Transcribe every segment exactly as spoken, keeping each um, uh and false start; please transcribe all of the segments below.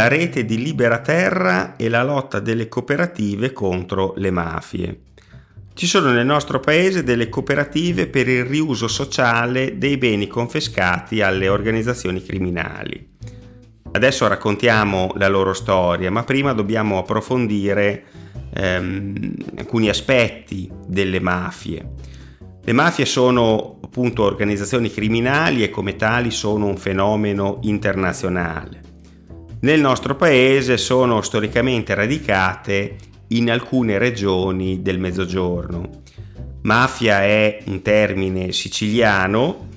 la rete di Libera Terra e la lotta delle cooperative contro le mafie. Ci sono nel nostro paese delle cooperative per il riuso sociale dei beni confiscati alle organizzazioni criminali. Adesso raccontiamo la loro storia, ma prima dobbiamo approfondire ehm, alcuni aspetti delle mafie. Le mafie sono appunto organizzazioni criminali e come tali sono un fenomeno internazionale. Nel nostro paese sono storicamente radicate in alcune regioni del Mezzogiorno. Mafia è un termine siciliano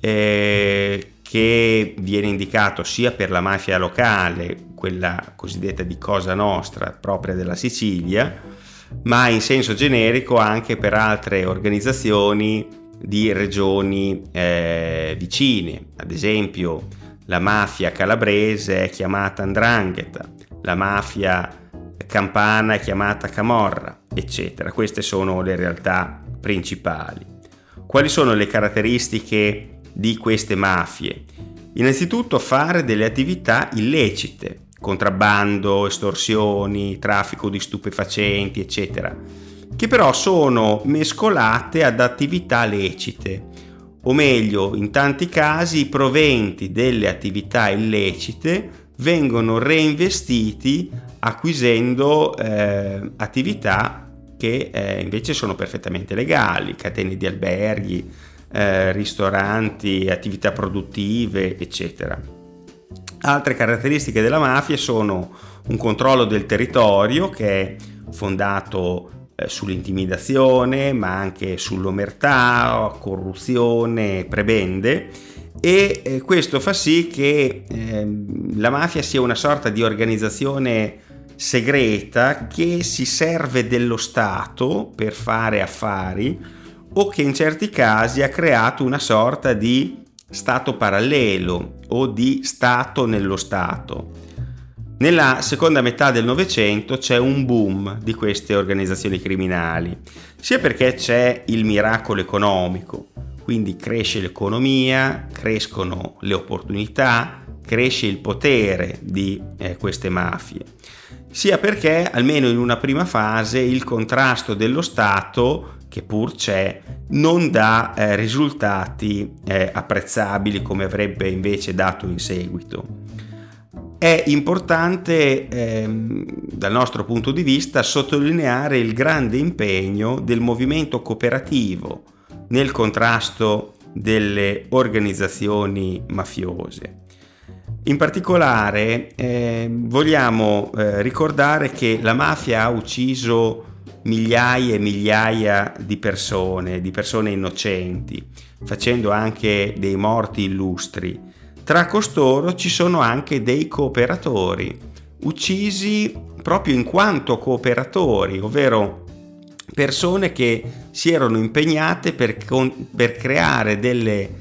eh, che viene indicato sia per la mafia locale, quella cosiddetta di Cosa Nostra, propria della Sicilia, ma in senso generico anche per altre organizzazioni di regioni eh, vicine. Ad esempio, la mafia calabrese è chiamata 'ndrangheta, la mafia campana è chiamata camorra, eccetera. Queste sono le realtà principali. Quali sono le caratteristiche di queste mafie? Innanzitutto fare delle attività illecite, contrabbando, estorsioni, traffico di stupefacenti, eccetera, che però sono mescolate ad attività lecite, o meglio, in tanti casi i proventi delle attività illecite vengono reinvestiti acquisendo eh, attività che eh, invece sono perfettamente legali, catene di alberghi, eh, ristoranti, attività produttive, eccetera. Altre caratteristiche della mafia sono un controllo del territorio che è fondato eh, sull'intimidazione, ma anche sull'omertà, corruzione, prebende, e eh, questo fa sì che eh, la mafia sia una sorta di organizzazione segreta che si serve dello Stato per fare affari o che in certi casi ha creato una sorta di Stato parallelo o di Stato nello Stato. Nella seconda metà del Novecento c'è un boom di queste organizzazioni criminali, sia perché c'è il miracolo economico, quindi cresce l'economia, crescono le opportunità, cresce il potere di eh, queste mafie, sia perché, almeno in una prima fase, il contrasto dello Stato, che pur c'è, non dà eh, risultati eh, apprezzabili come avrebbe invece dato in seguito. È importante, ehm, dal nostro punto di vista, sottolineare il grande impegno del movimento cooperativo nel contrasto delle organizzazioni mafiose. In particolare eh, vogliamo eh, ricordare che la mafia ha ucciso migliaia e migliaia di persone, di persone innocenti, facendo anche dei morti illustri. Tra costoro ci sono anche dei cooperatori, uccisi proprio in quanto cooperatori, ovvero persone che si erano impegnate per, con, per creare delle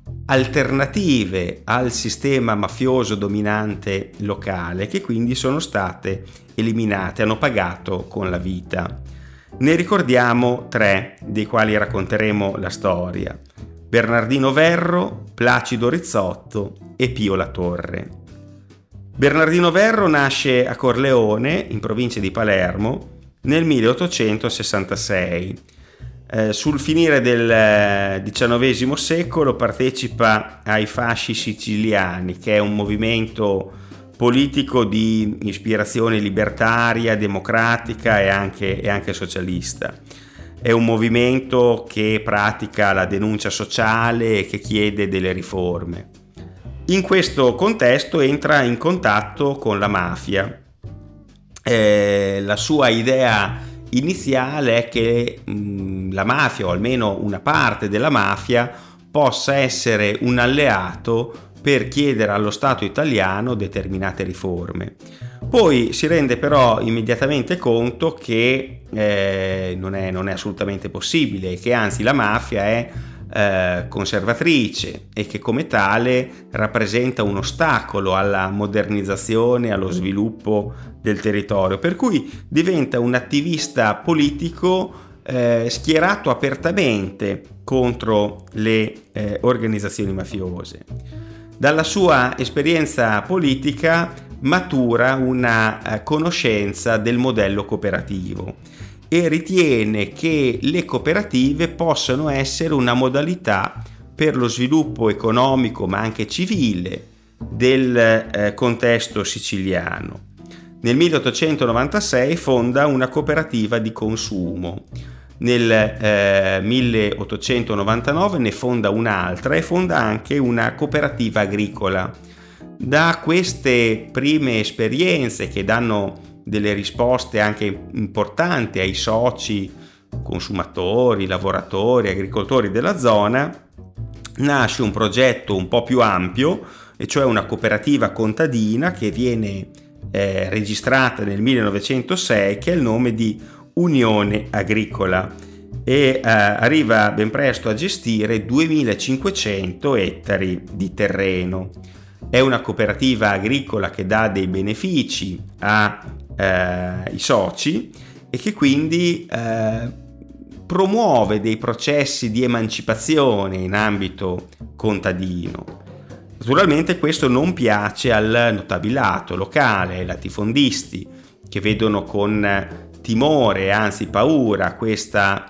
alternative al sistema mafioso dominante locale, che quindi sono state eliminate, hanno pagato con la vita. Ne ricordiamo tre, dei quali racconteremo la storia: Bernardino Verro, Placido Rizzotto e Pio La Torre. Bernardino Verro nasce a Corleone, in provincia di Palermo, nel milleottocentosessantasei. Eh, sul finire del diciannovesimo secolo partecipa ai Fasci Siciliani, che è un movimento politico di ispirazione libertaria, democratica e anche, e anche socialista. È un movimento che pratica la denuncia sociale e che chiede delle riforme. In questo contesto entra in contatto con la mafia. Eh, la sua idea iniziale è che mh, la mafia, o almeno una parte della mafia, possa essere un alleato per chiedere allo Stato italiano determinate riforme. Poi si rende però immediatamente conto che eh, non è, non è assolutamente possibile, e che anzi la mafia è eh, conservatrice e che come tale rappresenta un ostacolo alla modernizzazione e allo sviluppo del territorio, per cui diventa un attivista politico eh, schierato apertamente contro le eh, organizzazioni mafiose. Dalla sua esperienza politica matura una conoscenza del modello cooperativo e ritiene che le cooperative possano essere una modalità per lo sviluppo economico ma anche civile del eh, contesto siciliano. Nel milleottocentonovantasei fonda una cooperativa di consumo, nel eh, milleottocentonovantanove ne fonda un'altra e fonda anche una cooperativa agricola. Da queste prime esperienze, che danno delle risposte anche importanti ai soci, consumatori, lavoratori, agricoltori della zona, nasce un progetto un po' più ampio, e cioè una cooperativa contadina che viene eh, registrata nel millenovecentosei, che è il nome di Unione Agricola, e eh, arriva ben presto a gestire duemilacinquecento ettari di terreno. È una cooperativa agricola che dà dei benefici ai eh, soci e che quindi eh, promuove dei processi di emancipazione in ambito contadino. Naturalmente questo non piace al notabilato locale, ai latifondisti, che vedono con timore, anzi paura, questa,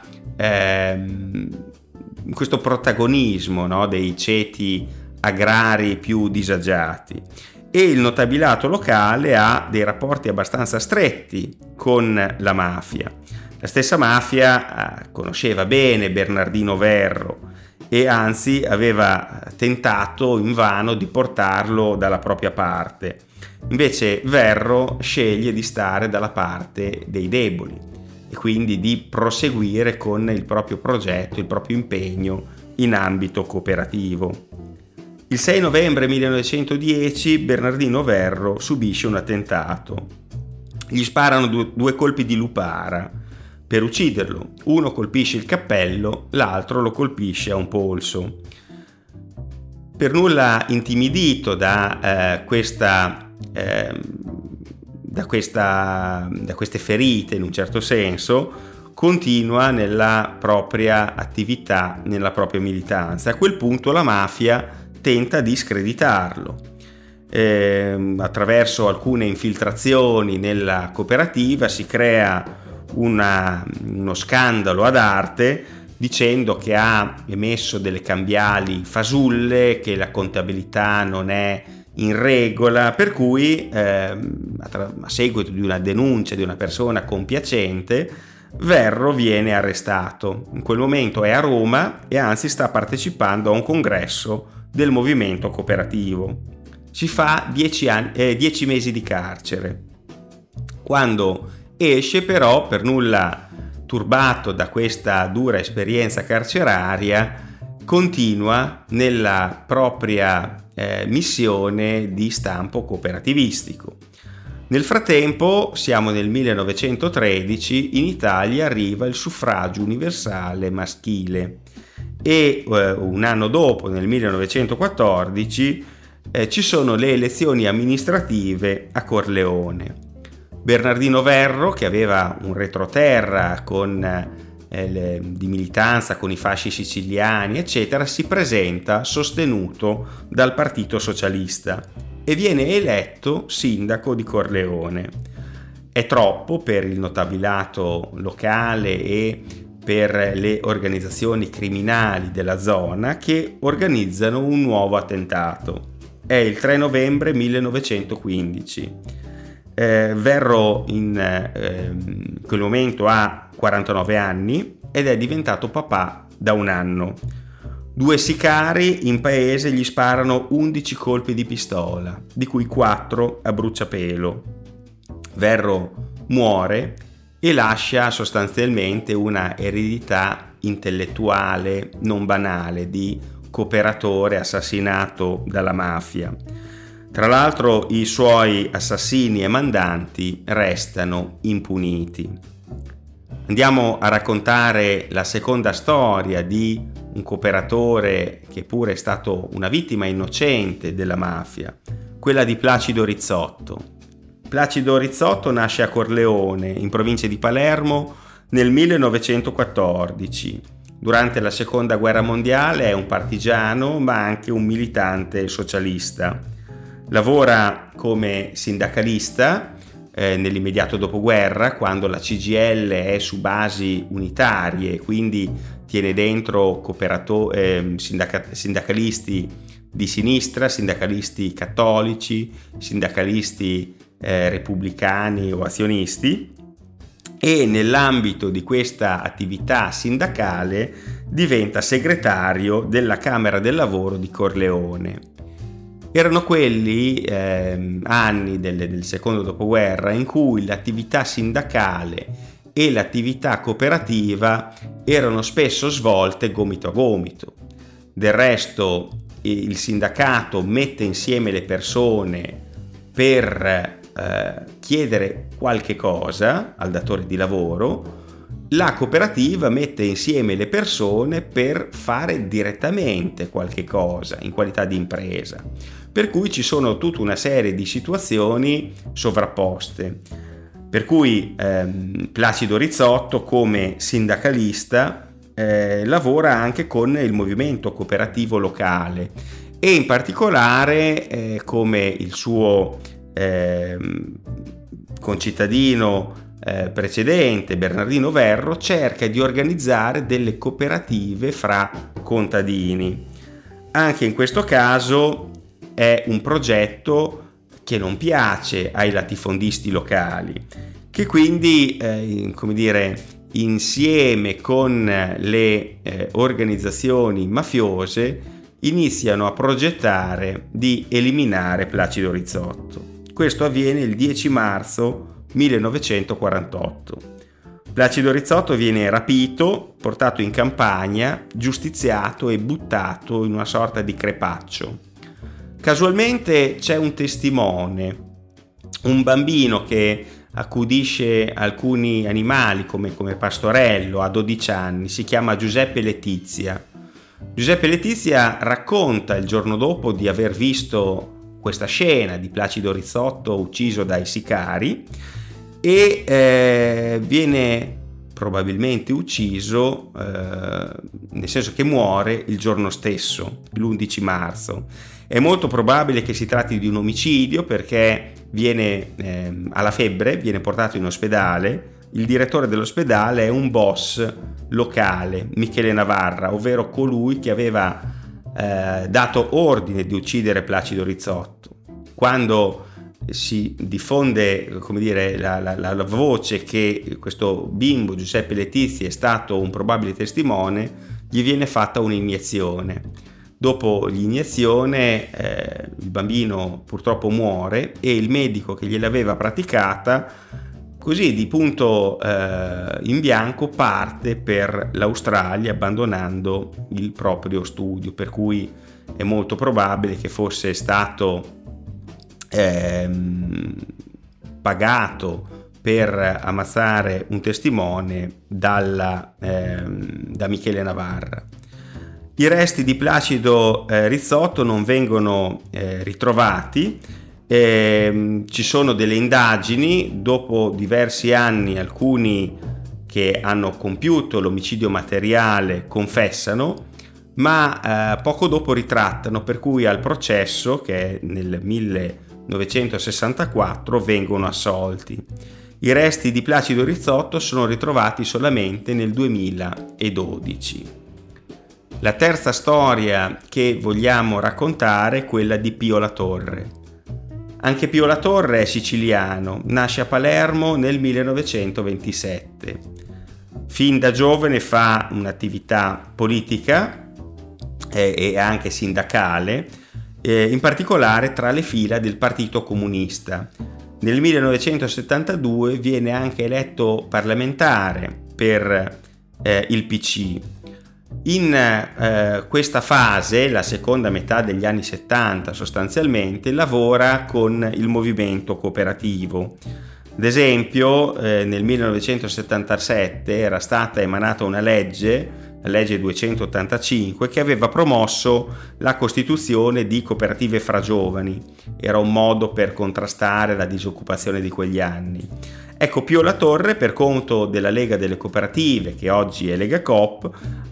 ehm, questo protagonismo, no, dei ceti agrari più disagiati, e il notabilato locale ha dei rapporti abbastanza stretti con la mafia. La stessa mafia eh, conosceva bene Bernardino Verro e anzi aveva tentato invano di portarlo dalla propria parte. Invece Verro sceglie di stare dalla parte dei deboli e quindi di proseguire con il proprio progetto, il proprio impegno in ambito cooperativo. Il sei novembre millenovecentodieci Bernardino Verro subisce un attentato. Gli sparano due, due colpi di lupara per ucciderlo. Uno colpisce il cappello, l'altro lo colpisce a un polso. Per nulla intimidito da, eh, questa, eh, da, questa, da queste ferite, in un certo senso, continua nella propria attività, nella propria militanza. A quel punto la mafia tenta di screditarlo eh, attraverso alcune infiltrazioni nella cooperativa. Si crea una, uno scandalo ad arte dicendo che ha emesso delle cambiali fasulle, che la contabilità non è in regola, per cui eh, a, a seguito di una denuncia di una persona compiacente, Verro viene arrestato. In quel momento è a Roma e anzi sta partecipando a un congresso del movimento cooperativo. Si fa dieci, anni, eh, dieci mesi di carcere. Quando esce però, per nulla turbato da questa dura esperienza carceraria, continua nella propria eh, missione di stampo cooperativistico. Nel frattempo, siamo nel millenovecentotredici, in Italia arriva il suffragio universale maschile e eh, un anno dopo, nel millenovecentoquattordici, eh, ci sono le elezioni amministrative a Corleone. Bernardino Verro, che aveva un retroterra con, eh, le, di militanza con i fasci siciliani, eccetera, si presenta sostenuto dal Partito Socialista e viene eletto sindaco di Corleone. È troppo per il notabilato locale e per le organizzazioni criminali della zona, che organizzano un nuovo attentato. È il tre novembre millenovecentoquindici. Eh, Verro in eh, quel momento ha quarantanove anni ed è diventato papà da un anno. Due sicari in paese gli sparano undici colpi di pistola, di cui quattro a bruciapelo. Verro muore e lascia sostanzialmente una eredità intellettuale non banale di cooperatore assassinato dalla mafia. Tra l'altro i suoi assassini e mandanti restano impuniti. Andiamo a raccontare la seconda storia di un cooperatore che pure è stato una vittima innocente della mafia, quella di Placido Rizzotto. Placido Rizzotto nasce a Corleone, in provincia di Palermo, nel millenovecentoquattordici. Durante la seconda guerra mondiale è un partigiano ma anche un militante socialista. Lavora come sindacalista eh, nell'immediato dopoguerra, quando la C G I L è su basi unitarie, quindi tiene dentro cooperato- eh, sindaca- sindacalisti di sinistra, sindacalisti cattolici, sindacalisti eh, repubblicani o azionisti, e nell'ambito di questa attività sindacale diventa segretario della Camera del Lavoro di Corleone. Erano quelli eh, anni del, del secondo dopoguerra in cui l'attività sindacale e l'attività cooperativa erano spesso svolte gomito a gomito. Del resto il sindacato mette insieme le persone per eh, chiedere qualche cosa al datore di lavoro, la cooperativa mette insieme le persone per fare direttamente qualche cosa in qualità di impresa, per cui ci sono tutta una serie di situazioni sovrapposte, per cui ehm, Placido Rizzotto come sindacalista Eh, lavora anche con il movimento cooperativo locale e in particolare eh, come il suo eh, concittadino eh, precedente Bernardino Verro cerca di organizzare delle cooperative fra contadini. Anche in questo caso è un progetto che non piace ai latifondisti locali, che quindi eh, come dire insieme con le eh, organizzazioni mafiose iniziano a progettare di eliminare Placido Rizzotto. Questo avviene il dieci marzo millenovecentoquarantotto. Placido Rizzotto viene rapito, portato in campagna, giustiziato e buttato in una sorta di crepaccio. Casualmente c'è un testimone, un bambino che accudisce alcuni animali come, come pastorello a dodici anni, si chiama Giuseppe Letizia. Giuseppe Letizia racconta il giorno dopo di aver visto questa scena di Placido Rizzotto ucciso dai sicari e eh, viene probabilmente ucciso, eh, nel senso che muore il giorno stesso, l'undici marzo. È molto probabile che si tratti di un omicidio perché viene eh, alla febbre, viene portato in ospedale. Il direttore dell'ospedale è un boss locale, Michele Navarra, ovvero colui che aveva eh, dato ordine di uccidere Placido Rizzotto. Quando si diffonde, come dire, la, la, la voce che questo bimbo Giuseppe Letizia è stato un probabile testimone, gli viene fatta un'iniezione. Dopo l'iniezione eh, il bambino purtroppo muore e il medico che gliel'aveva praticata, così di punto eh, in bianco, parte per l'Australia abbandonando il proprio studio, per cui è molto probabile che fosse stato ehm, pagato per ammazzare un testimone dalla, ehm, da Michele Navarra. I resti di Placido eh, Rizzotto non vengono eh, ritrovati, eh, ci sono delle indagini, dopo diversi anni alcuni che hanno compiuto l'omicidio materiale confessano, ma eh, poco dopo ritrattano, per cui al processo, che è nel millenovecentosessantaquattro, vengono assolti. I resti di Placido Rizzotto sono ritrovati solamente nel duemiladodici. La terza storia che vogliamo raccontare è quella di Pio La Torre. Anche Pio La Torre è siciliano, nasce a Palermo nel millenovecentoventisette. Fin da giovane fa un'attività politica eh, e anche sindacale, eh, in particolare tra le fila del Partito Comunista. Nel millenovecentosettantadue viene anche eletto parlamentare per eh, il P C. In eh, questa fase, la seconda metà degli anni settanta sostanzialmente, lavora con il movimento cooperativo. Ad esempio, eh, nel millenovecentosettantasette era stata emanata una legge, la legge duecentottantacinque, che aveva promosso la costituzione di cooperative fra giovani. Era un modo per contrastare la disoccupazione di quegli anni. Ecco, Pio La Torre, per conto della Lega delle Cooperative, che oggi è Lega Coop,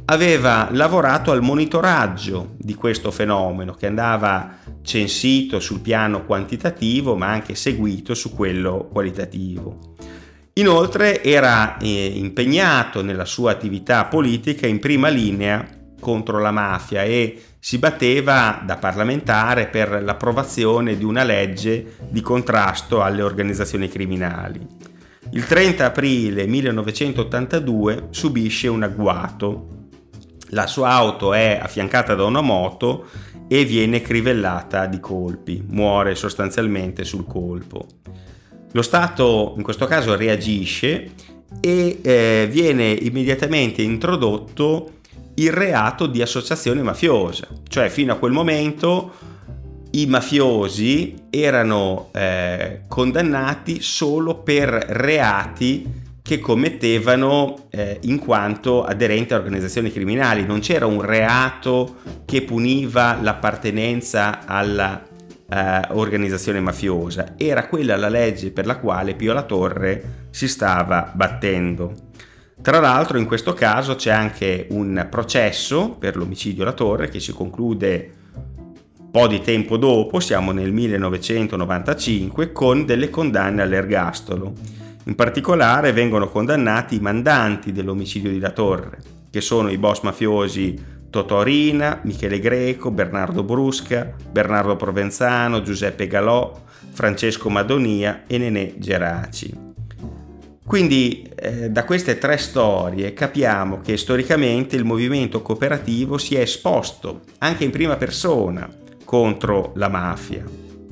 aveva lavorato al monitoraggio di questo fenomeno, che andava censito sul piano quantitativo ma anche seguito su quello qualitativo. Inoltre era eh, impegnato nella sua attività politica in prima linea contro la mafia e si batteva da parlamentare per l'approvazione di una legge di contrasto alle organizzazioni criminali. Il trenta aprile millenovecentottantadue subisce un agguato. La sua auto è affiancata da una moto e viene crivellata di colpi, muore sostanzialmente sul colpo. Lo Stato in questo caso reagisce e eh, viene immediatamente introdotto il reato di associazione mafiosa, cioè fino a quel momento i mafiosi erano eh, condannati solo per reati che commettevano eh, in quanto aderenti a organizzazioni criminali. Non c'era un reato che puniva l'appartenenza alla eh, organizzazione mafiosa, era quella la legge per la quale Pio La Torre si stava battendo. Tra l'altro in questo caso c'è anche un processo per l'omicidio La Torre che si conclude un po' di tempo dopo, siamo nel millenovecentonovantacinque, con delle condanne all'ergastolo. In particolare vengono condannati i mandanti dell'omicidio di La Torre, che sono i boss mafiosi Totò Riina, Michele Greco, Bernardo Brusca, Bernardo Provenzano, Giuseppe Galò, Francesco Madonia e Nenè Geraci. Quindi eh, da queste tre storie capiamo che storicamente il movimento cooperativo si è esposto anche in prima persona contro la mafia.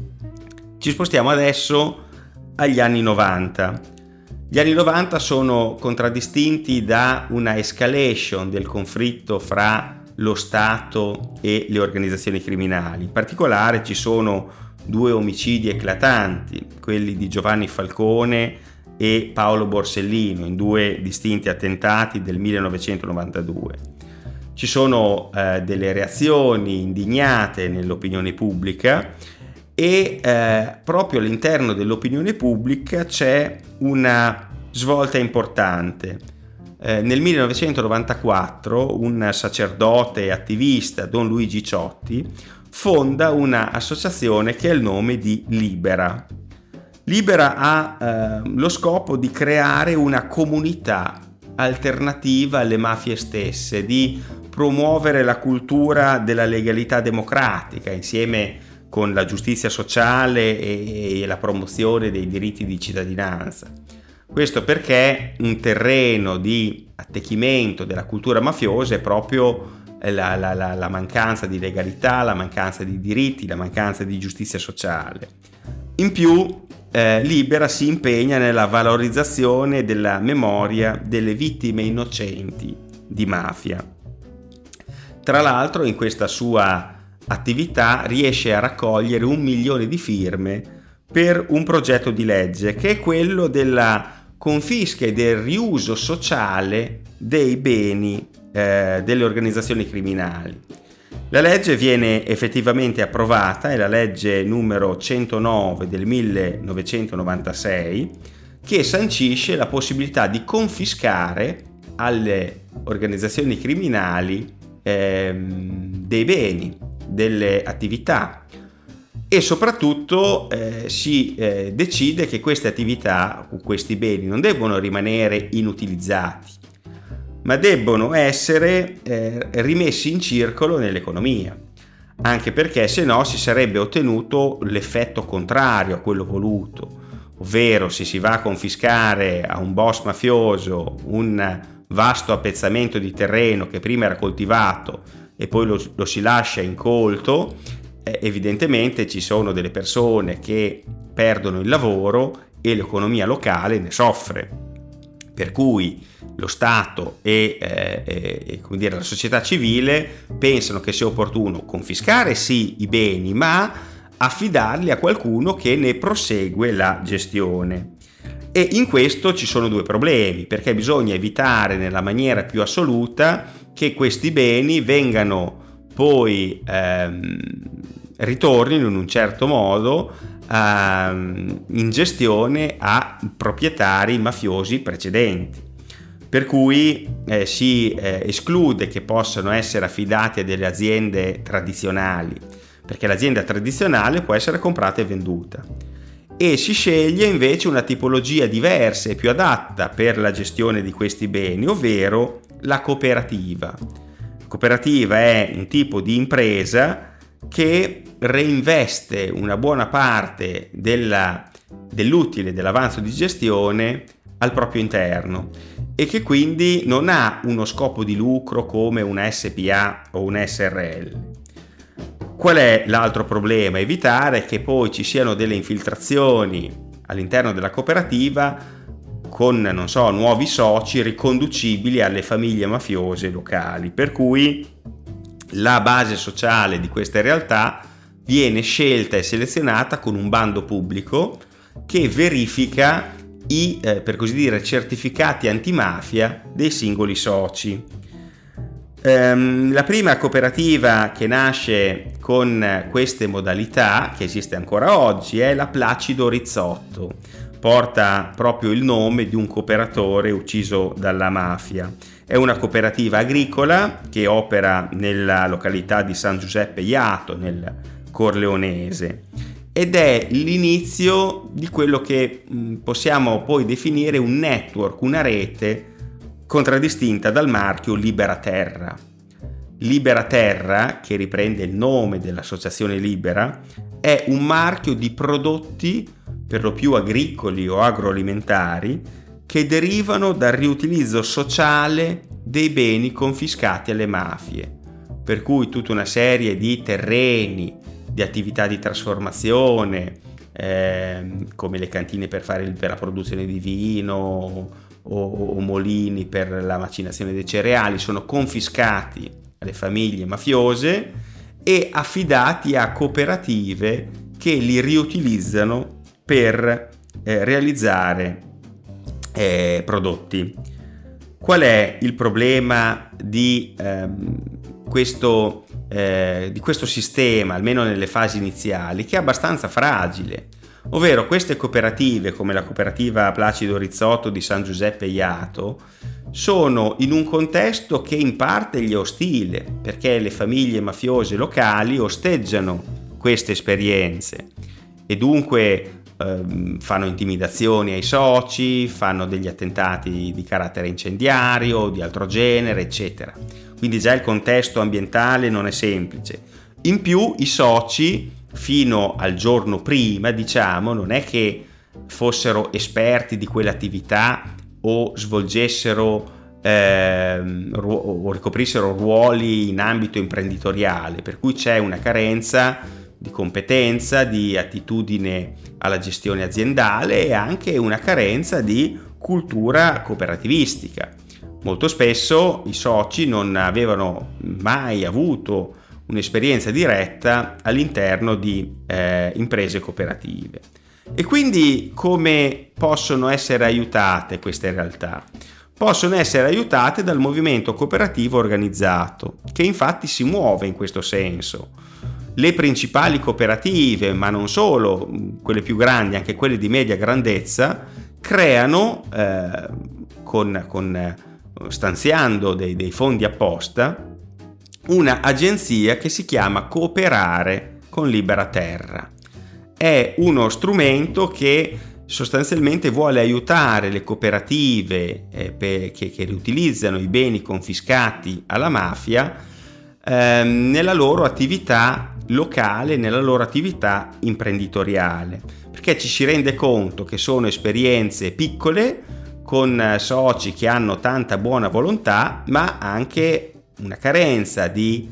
Ci spostiamo adesso agli anni novanta. Gli anni novanta sono contraddistinti da una escalation del conflitto fra lo Stato e le organizzazioni criminali. In particolare ci sono due omicidi eclatanti, quelli di Giovanni Falcone e Paolo Borsellino, in due distinti attentati del millenovecentonovantadue. Ci sono eh, delle reazioni indignate nell'opinione pubblica e eh, proprio all'interno dell'opinione pubblica c'è una svolta importante. Eh, nel millenovecentonovantaquattro un sacerdote e attivista, Don Luigi Ciotti, fonda una associazione che ha il nome di Libera. Libera ha eh, lo scopo di creare una comunità alternativa alle mafie stesse, di promuovere la cultura della legalità democratica insieme con la giustizia sociale e, e la promozione dei diritti di cittadinanza. Questo perché un terreno di attecchimento della cultura mafiosa è proprio la, la, la, la mancanza di legalità, la mancanza di diritti, la mancanza di giustizia sociale. In più, eh, Libera si impegna nella valorizzazione della memoria delle vittime innocenti di mafia. Tra l'altro, in questa sua attività riesce a raccogliere un milione di firme per un progetto di legge che è quello della confisca e del riuso sociale dei beni eh, delle organizzazioni criminali. La legge viene effettivamente approvata, è la legge numero centonove del millenovecentonovantasei, che sancisce la possibilità di confiscare alle organizzazioni criminali ehm, dei beni, delle attività, e soprattutto eh, si eh, decide che queste attività, questi beni, non debbono rimanere inutilizzati, ma debbono essere eh, rimessi in circolo nell'economia, anche perché se no si sarebbe ottenuto l'effetto contrario a quello voluto, ovvero se si va a confiscare a un boss mafioso un vasto appezzamento di terreno che prima era coltivato e poi lo, lo si lascia incolto, eh, evidentemente ci sono delle persone che perdono il lavoro e l'economia locale ne soffre, per cui lo Stato e, eh, e come dire, la società civile pensano che sia opportuno confiscare sì i beni, ma affidarli a qualcuno che ne prosegue la gestione. E in questo ci sono due problemi, perché bisogna evitare nella maniera più assoluta che questi beni vengano poi ehm, ritornino in un certo modo ehm, in gestione a proprietari mafiosi precedenti. per cui eh, si eh, esclude che possano essere affidati a delle aziende tradizionali, perché l'azienda tradizionale può essere comprata e venduta, e si sceglie invece una tipologia diversa e più adatta per la gestione di questi beni, ovvero la cooperativa. La cooperativa è un tipo di impresa che reinveste una buona parte della, dell'utile dell'avanzo di gestione al proprio interno e che quindi non ha uno scopo di lucro come una S P A o una S R L. Qual è l'altro problema? Evitare che poi ci siano delle infiltrazioni all'interno della cooperativa con, non so, nuovi soci riconducibili alle famiglie mafiose locali, per cui la base sociale di queste realtà viene scelta e selezionata con un bando pubblico che verifica i, eh, per così dire, certificati antimafia dei singoli soci. Ehm, la prima cooperativa che nasce con queste modalità, che esiste ancora oggi, è la Placido Rizzotto. Porta proprio il nome di un cooperatore ucciso dalla mafia. È una cooperativa agricola che opera nella località di San Giuseppe Jato, nel Corleonese, ed è l'inizio di quello che possiamo poi definire un network, una rete contraddistinta dal marchio Libera Terra. Libera Terra, che riprende il nome dell'associazione Libera, è un marchio di prodotti per lo più agricoli o agroalimentari che derivano dal riutilizzo sociale dei beni confiscati alle mafie, per cui tutta una serie di terreni, di attività di trasformazione, eh, come le cantine per fare per la produzione di vino o, o molini per la macinazione dei cereali, sono confiscati alle famiglie mafiose e affidati a cooperative che li riutilizzano per eh, realizzare eh, prodotti. Qual è il problema di ehm, questo Eh, di questo sistema, almeno nelle fasi iniziali, che è abbastanza fragile, ovvero queste cooperative come la cooperativa Placido Rizzotto di San Giuseppe Jato sono in un contesto che in parte gli è ostile, perché le famiglie mafiose locali osteggiano queste esperienze e dunque ehm, fanno intimidazioni ai soci, fanno degli attentati di carattere incendiario, di altro genere, eccetera. Quindi già il contesto ambientale non è semplice. In più i soci, fino al giorno prima, diciamo, non è che fossero esperti di quell'attività o svolgessero eh, o ricoprissero ruoli in ambito imprenditoriale, per cui c'è una carenza di competenza, di attitudine alla gestione aziendale e anche una carenza di cultura cooperativistica. Molto spesso i soci non avevano mai avuto un'esperienza diretta all'interno di eh, imprese cooperative. E quindi come possono essere aiutate queste realtà? Possono essere aiutate dal movimento cooperativo organizzato, che infatti si muove in questo senso. Le principali cooperative, ma non solo, quelle più grandi, anche quelle di media grandezza, creano eh, con, con stanziando dei, dei fondi apposta una agenzia che si chiama Cooperare con Libera Terra. È uno strumento che sostanzialmente vuole aiutare le cooperative eh, per, che, che riutilizzano i beni confiscati alla mafia eh, nella loro attività locale, nella loro attività imprenditoriale, perché ci si rende conto che sono esperienze piccole con soci che hanno tanta buona volontà, ma anche una carenza di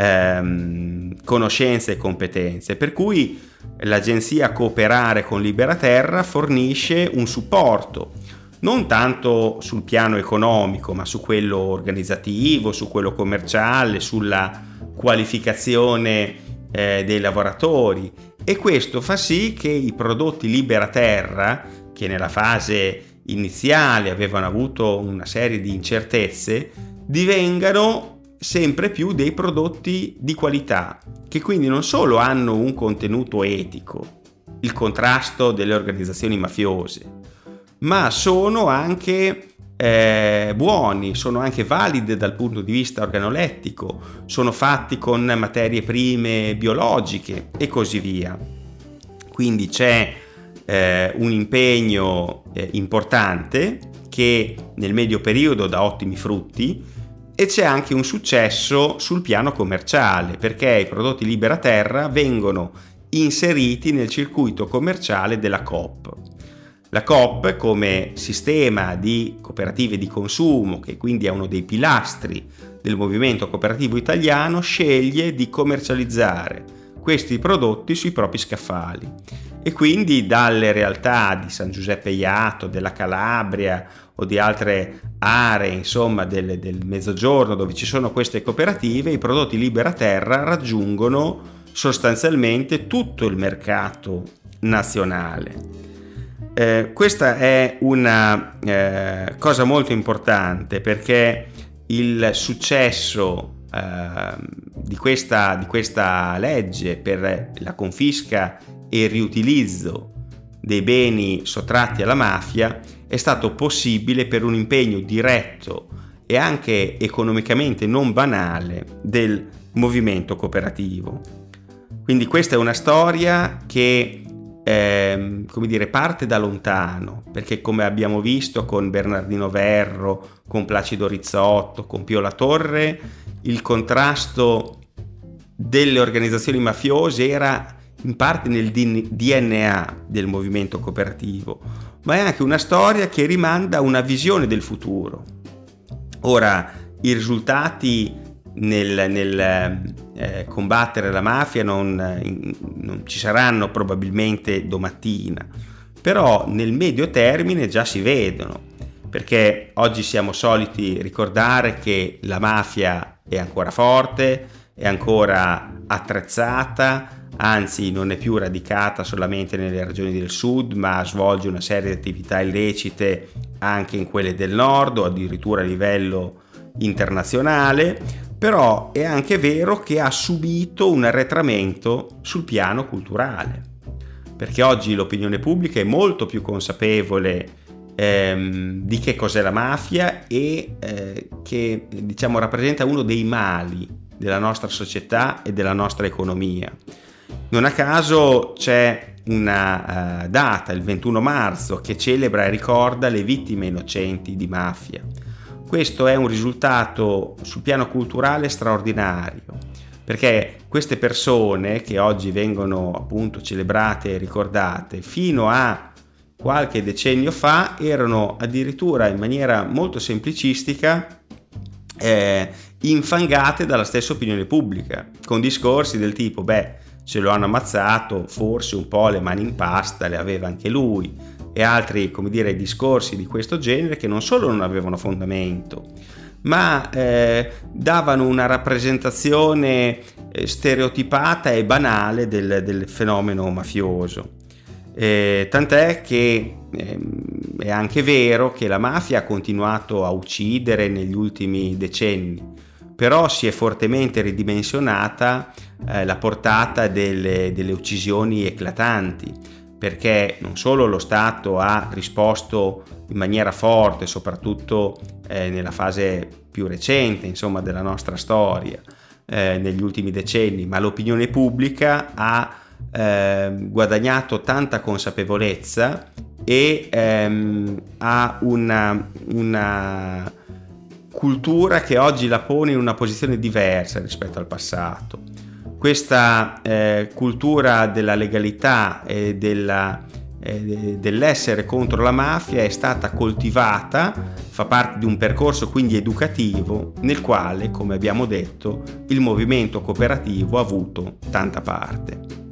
ehm, conoscenze e competenze, per cui l'agenzia Cooperare con Libera Terra fornisce un supporto, non tanto sul piano economico, ma su quello organizzativo, su quello commerciale, sulla qualificazione eh, dei lavoratori, e questo fa sì che i prodotti Libera Terra, che nella fase iniziale avevano avuto una serie di incertezze, divengano sempre più dei prodotti di qualità, che quindi non solo hanno un contenuto etico, il contrasto delle organizzazioni mafiose, ma sono anche eh, buoni, sono anche valide dal punto di vista organolettico, sono fatti con materie prime biologiche e così via. Quindi c'è eh, un impegno eh, importante che nel medio periodo dà ottimi frutti, e c'è anche un successo sul piano commerciale, perché i prodotti Libera Terra vengono inseriti nel circuito commerciale della Coop. La Coop, come sistema di cooperative di consumo, che quindi è uno dei pilastri del movimento cooperativo italiano, sceglie di commercializzare questi prodotti sui propri scaffali, e quindi dalle realtà di San Giuseppe Jato, della Calabria o di altre aree, insomma, del, del Mezzogiorno dove ci sono queste cooperative, i prodotti Libera Terra raggiungono sostanzialmente tutto il mercato nazionale. Eh, questa è una eh, cosa molto importante, perché il successo eh, di, questa, di questa legge per la confisca e il riutilizzo dei beni sottratti alla mafia è stato possibile per un impegno diretto e anche economicamente non banale del movimento cooperativo. Quindi questa è una storia che eh, come dire, parte da lontano, perché come abbiamo visto con Bernardino Verro, con Placido Rizzotto, con Pio La Torre, il contrasto delle organizzazioni mafiose era in parte nel D N A del movimento cooperativo, ma è anche una storia che rimanda a una visione del futuro. Ora, i risultati nel, nel eh, combattere la mafia non, in, non ci saranno probabilmente domattina, però nel medio termine già si vedono, perché oggi siamo soliti ricordare che la mafia è ancora forte, è ancora attrezzata, anzi non è più radicata solamente nelle regioni del sud, ma svolge una serie di attività illecite anche in quelle del nord o addirittura a livello internazionale. Però è anche vero che ha subito un arretramento sul piano culturale, perché oggi l'opinione pubblica è molto più consapevole ehm, di che cos'è la mafia e eh, che, diciamo, rappresenta uno dei mali della nostra società e della nostra economia. Non a caso c'è una uh, data, il ventuno marzo, che celebra e ricorda le vittime innocenti di mafia. Questo è un risultato sul piano culturale straordinario, perché queste persone che oggi vengono appunto celebrate e ricordate, fino a qualche decennio fa erano addirittura in maniera molto semplicistica eh, infangate dalla stessa opinione pubblica, con discorsi del tipo: beh, ce lo hanno ammazzato, forse un po' le mani in pasta le aveva anche lui, e altri, come dire, discorsi di questo genere che non solo non avevano fondamento, ma eh, davano una rappresentazione eh, stereotipata e banale del, del fenomeno mafioso. Eh, tant'è che eh, è anche vero che la mafia ha continuato a uccidere negli ultimi decenni, però si è fortemente ridimensionata eh, la portata delle, delle uccisioni eclatanti, perché non solo lo Stato ha risposto in maniera forte, soprattutto eh, nella fase più recente, insomma, della nostra storia, eh, negli ultimi decenni, ma l'opinione pubblica ha eh, guadagnato tanta consapevolezza e ehm, ha una, una cultura che oggi la pone in una posizione diversa rispetto al passato. Questa eh, cultura della legalità e della, eh, dell'essere contro la mafia è stata coltivata, fa parte di un percorso quindi educativo nel quale, come abbiamo detto, il movimento cooperativo ha avuto tanta parte.